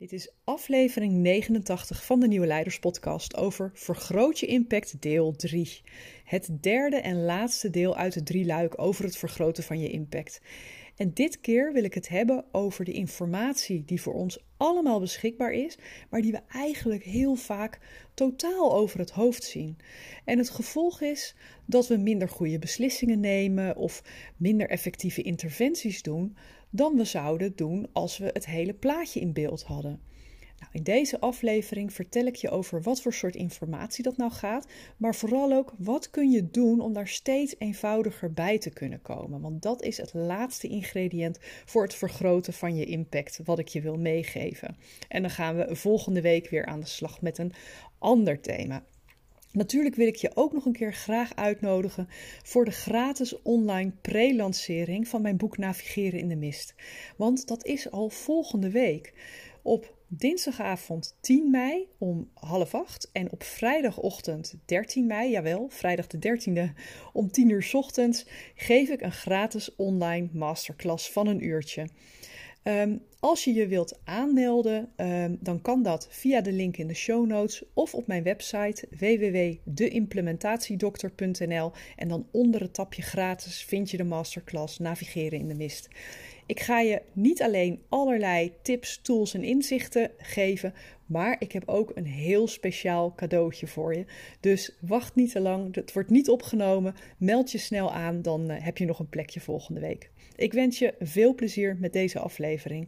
Dit is aflevering 89 van de Nieuwe Leiders podcast over Vergroot je impact deel 3. Het derde en laatste deel uit het drieluik over het vergroten van je impact. En dit keer wil ik het hebben over de informatie die voor ons allemaal beschikbaar is, maar die we eigenlijk heel vaak totaal over het hoofd zien. En het gevolg is dat we minder goede beslissingen nemen of minder effectieve interventies doen dan we zouden doen als we het hele plaatje in beeld hadden. Nou, in deze aflevering vertel ik je over wat voor soort informatie dat nou gaat, maar vooral ook wat kun je doen om daar steeds eenvoudiger bij te kunnen komen. Want dat is het laatste ingrediënt voor het vergroten van je impact wat ik je wil meegeven. En dan gaan we volgende week weer aan de slag met een ander thema. Natuurlijk wil ik je ook nog een keer graag uitnodigen voor de gratis online pre-lancering van mijn boek Navigeren in de Mist. Want dat is al volgende week. Op dinsdagavond 10 mei om 7:30 en op vrijdagochtend 13 mei, jawel, vrijdag de 13e om 10 uur 's ochtends, geef ik een gratis online masterclass van een uurtje. Als je je wilt aanmelden, dan kan dat via de link in de show notes of op mijn website www.deimplementatiedokter.nl en dan onder het tapje gratis vind je de masterclass Navigeren in de Mist. Ik ga je niet alleen allerlei tips, tools en inzichten geven, maar ik heb ook een heel speciaal cadeautje voor je. Dus wacht niet te lang, het wordt niet opgenomen. Meld je snel aan, dan heb je nog een plekje volgende week. Ik wens je veel plezier met deze aflevering.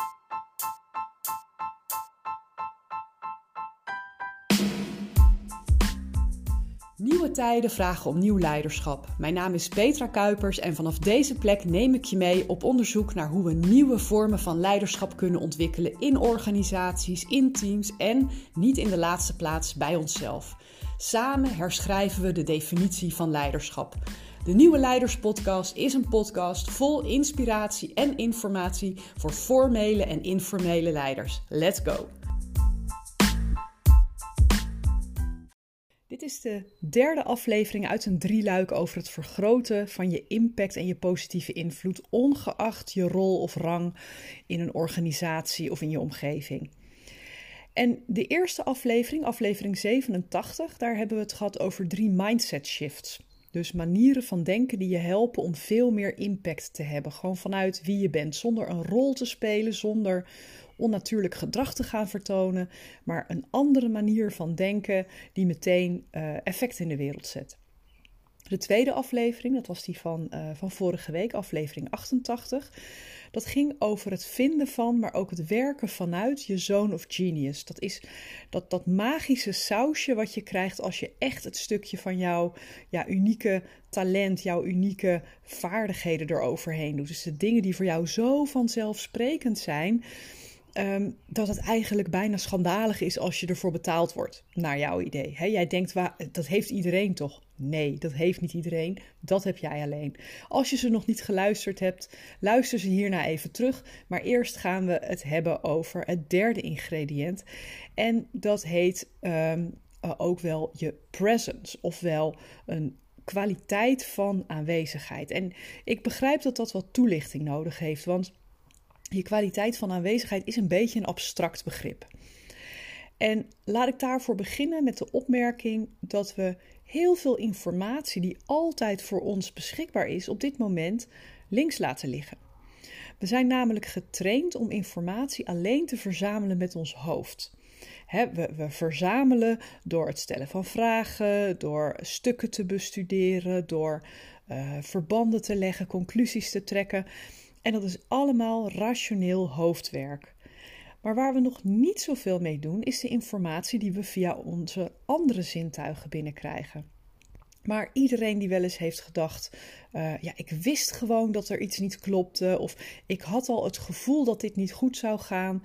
Nieuwe tijden vragen om nieuw leiderschap. Mijn naam is Petra Kuipers en vanaf deze plek neem ik je mee op onderzoek naar hoe we nieuwe vormen van leiderschap kunnen ontwikkelen in organisaties, in teams en, niet in de laatste plaats, bij onszelf. Samen herschrijven we de definitie van leiderschap. De Nieuwe Leiders podcast is een podcast vol inspiratie en informatie voor formele en informele leiders. Let's go! Dit is de derde aflevering uit een drieluik over het vergroten van je impact en je positieve invloed, ongeacht je rol of rang in een organisatie of in je omgeving. En de eerste aflevering, aflevering 87, daar hebben we het gehad over 3 mindset shifts. Dus manieren van denken die je helpen om veel meer impact te hebben. Gewoon vanuit wie je bent, zonder een rol te spelen, zonder onnatuurlijk gedrag te gaan vertonen, maar een andere manier van denken die meteen effect in de wereld zet. De tweede aflevering, dat was die van vorige week, aflevering 88. Dat ging over het vinden van, maar ook het werken vanuit je zone of genius. Dat is dat magische sausje wat je krijgt als je echt het stukje van jouw unieke talent, jouw unieke vaardigheden eroverheen doet. Dus de dingen die voor jou zo vanzelfsprekend zijn, dat het eigenlijk bijna schandalig is als je ervoor betaald wordt, naar jouw idee. Jij denkt, dat heeft iedereen toch? Nee, dat heeft niet iedereen. Dat heb jij alleen. Als je ze nog niet geluisterd hebt, luister ze hierna even terug. Maar eerst gaan we het hebben over het derde ingrediënt. En dat heet ook wel je presence, ofwel een kwaliteit van aanwezigheid. En ik begrijp dat dat wat toelichting nodig heeft, want je kwaliteit van aanwezigheid is een beetje een abstract begrip. En laat ik daarvoor beginnen met de opmerking dat we heel veel informatie die altijd voor ons beschikbaar is, op dit moment links laten liggen. We zijn namelijk getraind om informatie alleen te verzamelen met ons hoofd. We verzamelen door het stellen van vragen, door stukken te bestuderen, door verbanden te leggen, conclusies te trekken. En dat is allemaal rationeel hoofdwerk. Maar waar we nog niet zoveel mee doen, is de informatie die we via onze andere zintuigen binnenkrijgen. Maar iedereen die wel eens heeft gedacht, ik wist gewoon dat er iets niet klopte, of ik had al het gevoel dat dit niet goed zou gaan,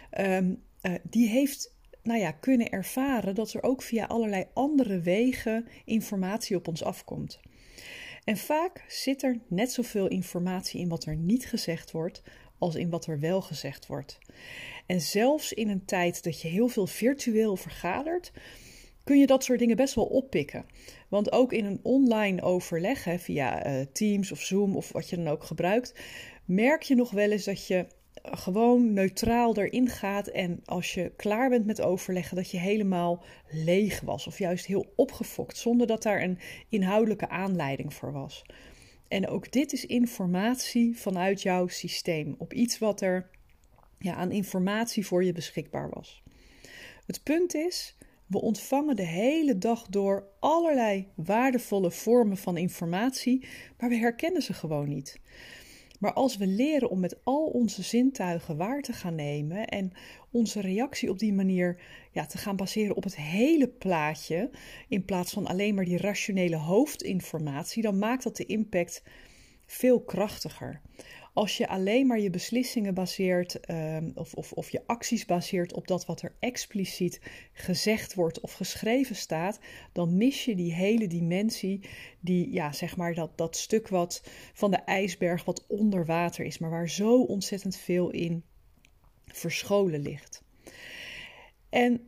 die heeft kunnen ervaren dat er ook via allerlei andere wegen informatie op ons afkomt. En vaak zit er net zoveel informatie in wat er niet gezegd wordt, als in wat er wel gezegd wordt. En zelfs in een tijd dat je heel veel virtueel vergadert, kun je dat soort dingen best wel oppikken. Want ook in een online overleg, via Teams of Zoom of wat je dan ook gebruikt, merk je nog wel eens dat je gewoon neutraal erin gaat en als je klaar bent met overleggen dat je helemaal leeg was of juist heel opgefokt zonder dat daar een inhoudelijke aanleiding voor was. En ook dit is informatie vanuit jouw systeem op iets wat er aan informatie voor je beschikbaar was. Het punt is, we ontvangen de hele dag door allerlei waardevolle vormen van informatie, maar we herkennen ze gewoon niet. Maar als we leren om met al onze zintuigen waar te gaan nemen en onze reactie op die manier te gaan baseren op het hele plaatje, in plaats van alleen maar die rationele hoofdinformatie, dan maakt dat de impact veel krachtiger. Als je alleen maar je beslissingen baseert of je acties baseert op dat wat er expliciet gezegd wordt of geschreven staat, dan mis je die hele dimensie, dat stuk wat van de ijsberg wat onder water is, maar waar zo ontzettend veel in verscholen ligt. En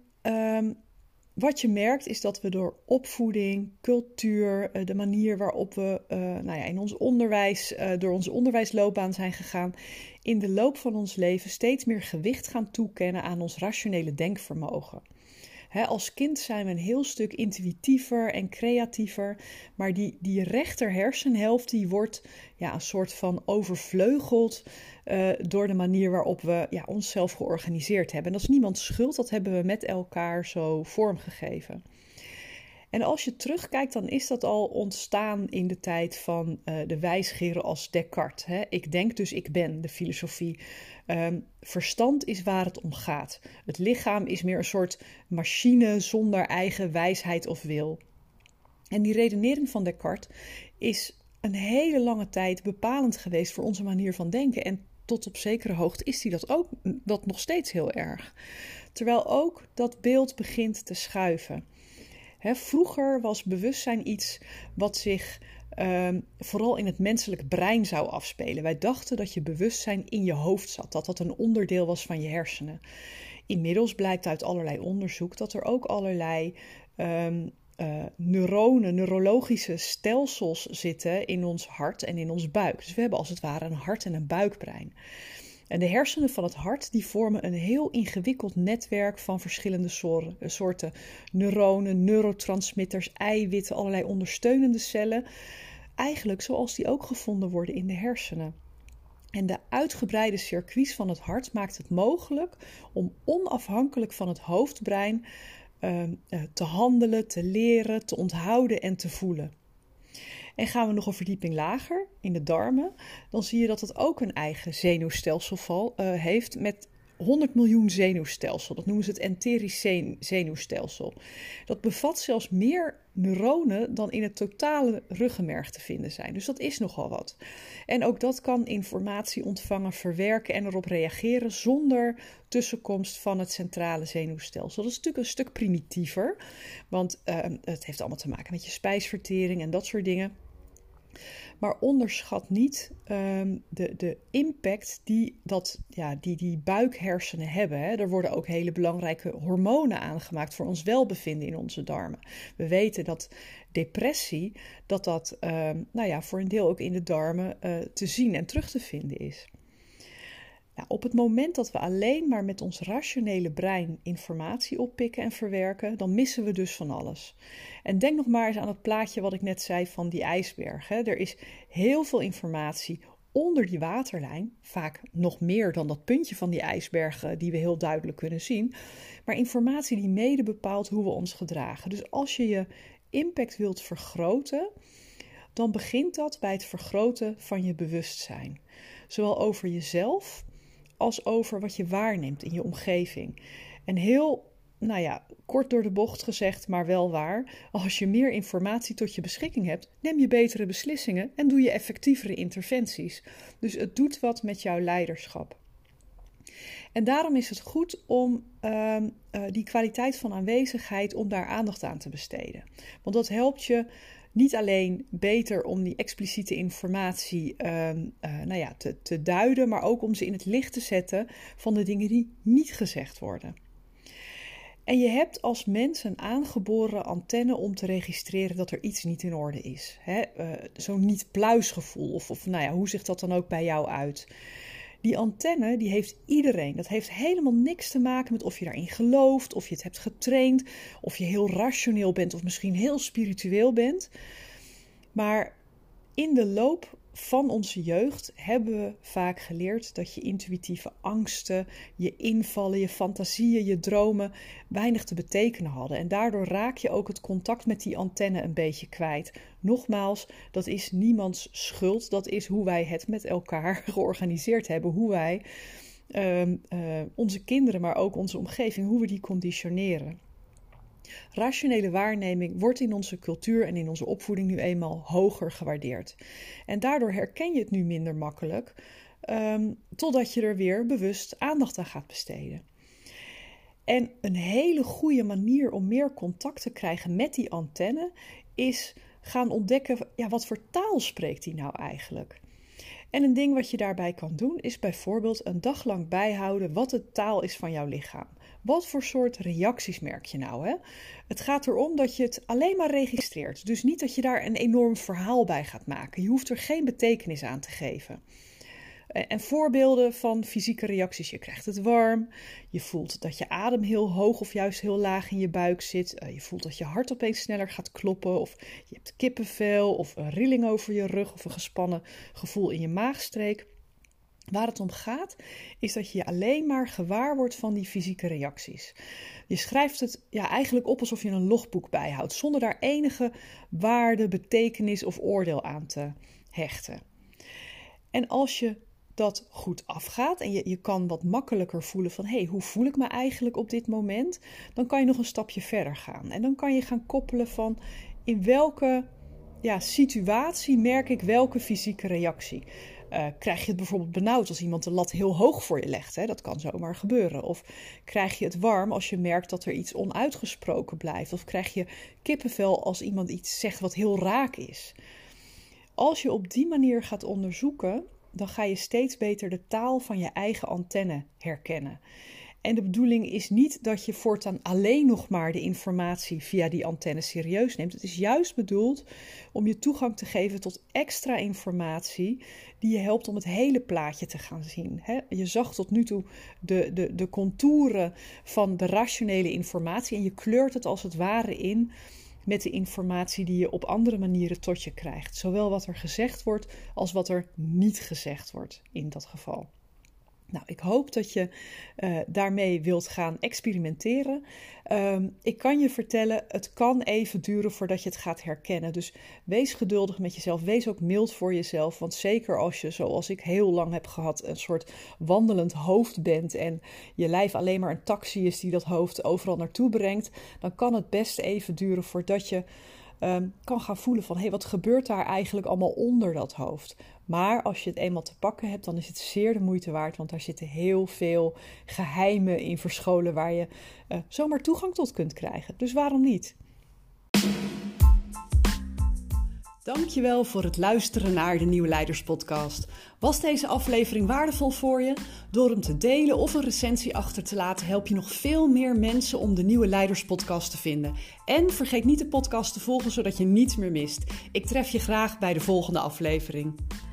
wat je merkt is dat we door opvoeding, cultuur, de manier waarop we in ons onderwijs, door onze onderwijsloopbaan zijn gegaan, in de loop van ons leven steeds meer gewicht gaan toekennen aan ons rationele denkvermogen. Als kind zijn we een heel stuk intuïtiever en creatiever, maar die rechter hersenhelft die wordt een soort van overvleugeld door de manier waarop we onszelf georganiseerd hebben. En dat is niemands schuld, dat hebben we met elkaar zo vormgegeven. En als je terugkijkt, dan is dat al ontstaan in de tijd van de wijsgeren als Descartes. Ik denk dus ik ben, de filosofie. Verstand is waar het om gaat. Het lichaam is meer een soort machine zonder eigen wijsheid of wil. En die redenering van Descartes is een hele lange tijd bepalend geweest voor onze manier van denken. En tot op zekere hoogte is die dat nog steeds heel erg. Terwijl ook dat beeld begint te schuiven. Vroeger was bewustzijn iets wat zich vooral in het menselijk brein zou afspelen. Wij dachten dat je bewustzijn in je hoofd zat, dat dat een onderdeel was van je hersenen. Inmiddels blijkt uit allerlei onderzoek dat er ook allerlei neurologische stelsels zitten in ons hart en in ons buik. Dus we hebben als het ware een hart- en een buikbrein. En de hersenen van het hart die vormen een heel ingewikkeld netwerk van verschillende soorten neuronen, neurotransmitters, eiwitten, allerlei ondersteunende cellen. Eigenlijk zoals die ook gevonden worden in de hersenen. En de uitgebreide circuits van het hart maakt het mogelijk om onafhankelijk van het hoofdbrein te handelen, te leren, te onthouden en te voelen. En gaan we nog een verdieping lager, in de darmen, dan zie je dat het ook een eigen zenuwstelsel heeft met 100 miljoen zenuwstelsel. Dat noemen ze het enterisch zenuwstelsel. Dat bevat zelfs meer neuronen dan in het totale ruggenmerg te vinden zijn. Dus dat is nogal wat. En ook dat kan informatie ontvangen, verwerken en erop reageren zonder tussenkomst van het centrale zenuwstelsel. Dat is natuurlijk een stuk primitiever, want het heeft allemaal te maken met je spijsvertering en dat soort dingen. Maar onderschat niet de impact die buikhersenen hebben. Er worden ook hele belangrijke hormonen aangemaakt voor ons welbevinden in onze darmen. We weten dat depressie, voor een deel ook in de darmen te zien en terug te vinden is. Nou, op het moment dat we alleen maar met ons rationele brein informatie oppikken en verwerken, dan missen we dus van alles. En denk nog maar eens aan het plaatje wat ik net zei van die ijsberg. Er is heel veel informatie onder die waterlijn, vaak nog meer dan dat puntje van die ijsberg die we heel duidelijk kunnen zien, maar informatie die mede bepaalt hoe we ons gedragen. Dus als je je impact wilt vergroten, dan begint dat bij het vergroten van je bewustzijn. Zowel over jezelf als over wat je waarneemt in je omgeving. En heel, kort door de bocht gezegd, maar wel waar, als je meer informatie tot je beschikking hebt, neem je betere beslissingen en doe je effectievere interventies. Dus het doet wat met jouw leiderschap. En daarom is het goed om die kwaliteit van aanwezigheid, om daar aandacht aan te besteden. Want dat helpt je niet alleen beter om die expliciete informatie te duiden, maar ook om ze in het licht te zetten van de dingen die niet gezegd worden. En je hebt als mens een aangeboren antenne om te registreren dat er iets niet in orde is. Zo'n niet-pluisgevoel of hoe ziet dat dan ook bij jou uit? Die antenne, die heeft iedereen. Dat heeft helemaal niks te maken met of je daarin gelooft, of je het hebt getraind, of je heel rationeel bent of misschien heel spiritueel bent. Maar in de loop van onze jeugd hebben we vaak geleerd dat je intuïtieve angsten, je invallen, je fantasieën, je dromen weinig te betekenen hadden. En daardoor raak je ook het contact met die antenne een beetje kwijt. Nogmaals, dat is niemands schuld. Dat is hoe wij het met elkaar georganiseerd hebben. Hoe wij onze kinderen, maar ook onze omgeving, hoe we die conditioneren. Rationele waarneming wordt in onze cultuur en in onze opvoeding nu eenmaal hoger gewaardeerd. En daardoor herken je het nu minder makkelijk, totdat je er weer bewust aandacht aan gaat besteden. En een hele goede manier om meer contact te krijgen met die antenne is gaan ontdekken, wat voor taal spreekt die nou eigenlijk? En een ding wat je daarbij kan doen is bijvoorbeeld een dag lang bijhouden wat de taal is van jouw lichaam. Wat voor soort reacties merk je nou? Hè? Het gaat erom dat je het alleen maar registreert. Dus niet dat je daar een enorm verhaal bij gaat maken. Je hoeft er geen betekenis aan te geven. En voorbeelden van fysieke reacties. Je krijgt het warm. Je voelt dat je adem heel hoog of juist heel laag in je buik zit. Je voelt dat je hart opeens sneller gaat kloppen. Of je hebt kippenvel of een rilling over je rug of een gespannen gevoel in je maagstreek. Waar het om gaat, is dat je je alleen maar gewaar wordt van die fysieke reacties. Je schrijft het eigenlijk op alsof je een logboek bijhoudt, zonder daar enige waarde, betekenis of oordeel aan te hechten. En als je dat goed afgaat en je kan wat makkelijker voelen van hoe voel ik me eigenlijk op dit moment, dan kan je nog een stapje verder gaan. En dan kan je gaan koppelen van in welke situatie merk ik welke fysieke reactie. Krijg je het bijvoorbeeld benauwd als iemand de lat heel hoog voor je legt? Hè? Dat kan zomaar gebeuren. Of krijg je het warm als je merkt dat er iets onuitgesproken blijft? Of krijg je kippenvel als iemand iets zegt wat heel raak is? Als je op die manier gaat onderzoeken, dan ga je steeds beter de taal van je eigen antenne herkennen. En de bedoeling is niet dat je voortaan alleen nog maar de informatie via die antenne serieus neemt. Het is juist bedoeld om je toegang te geven tot extra informatie die je helpt om het hele plaatje te gaan zien. Je zag tot nu toe de contouren van de rationele informatie en je kleurt het als het ware in met de informatie die je op andere manieren tot je krijgt. Zowel wat er gezegd wordt als wat er niet gezegd wordt in dat geval. Nou, ik hoop dat je daarmee wilt gaan experimenteren. Ik kan je vertellen, het kan even duren voordat je het gaat herkennen. Dus wees geduldig met jezelf, wees ook mild voor jezelf. Want zeker als je, zoals ik heel lang heb gehad, een soort wandelend hoofd bent en je lijf alleen maar een taxi is die dat hoofd overal naartoe brengt, dan kan het best even duren voordat je kan gaan voelen van wat gebeurt daar eigenlijk allemaal onder dat hoofd. Maar als je het eenmaal te pakken hebt, dan is het zeer de moeite waard, want daar zitten heel veel geheimen in verscholen waar je zomaar toegang tot kunt krijgen. Dus waarom niet? Dankjewel voor het luisteren naar de Nieuwe Leiders podcast. Was deze aflevering waardevol voor je? Door hem te delen of een recensie achter te laten help je nog veel meer mensen om de Nieuwe Leiders podcast te vinden. En vergeet niet de podcast te volgen zodat je niets meer mist. Ik tref je graag bij de volgende aflevering.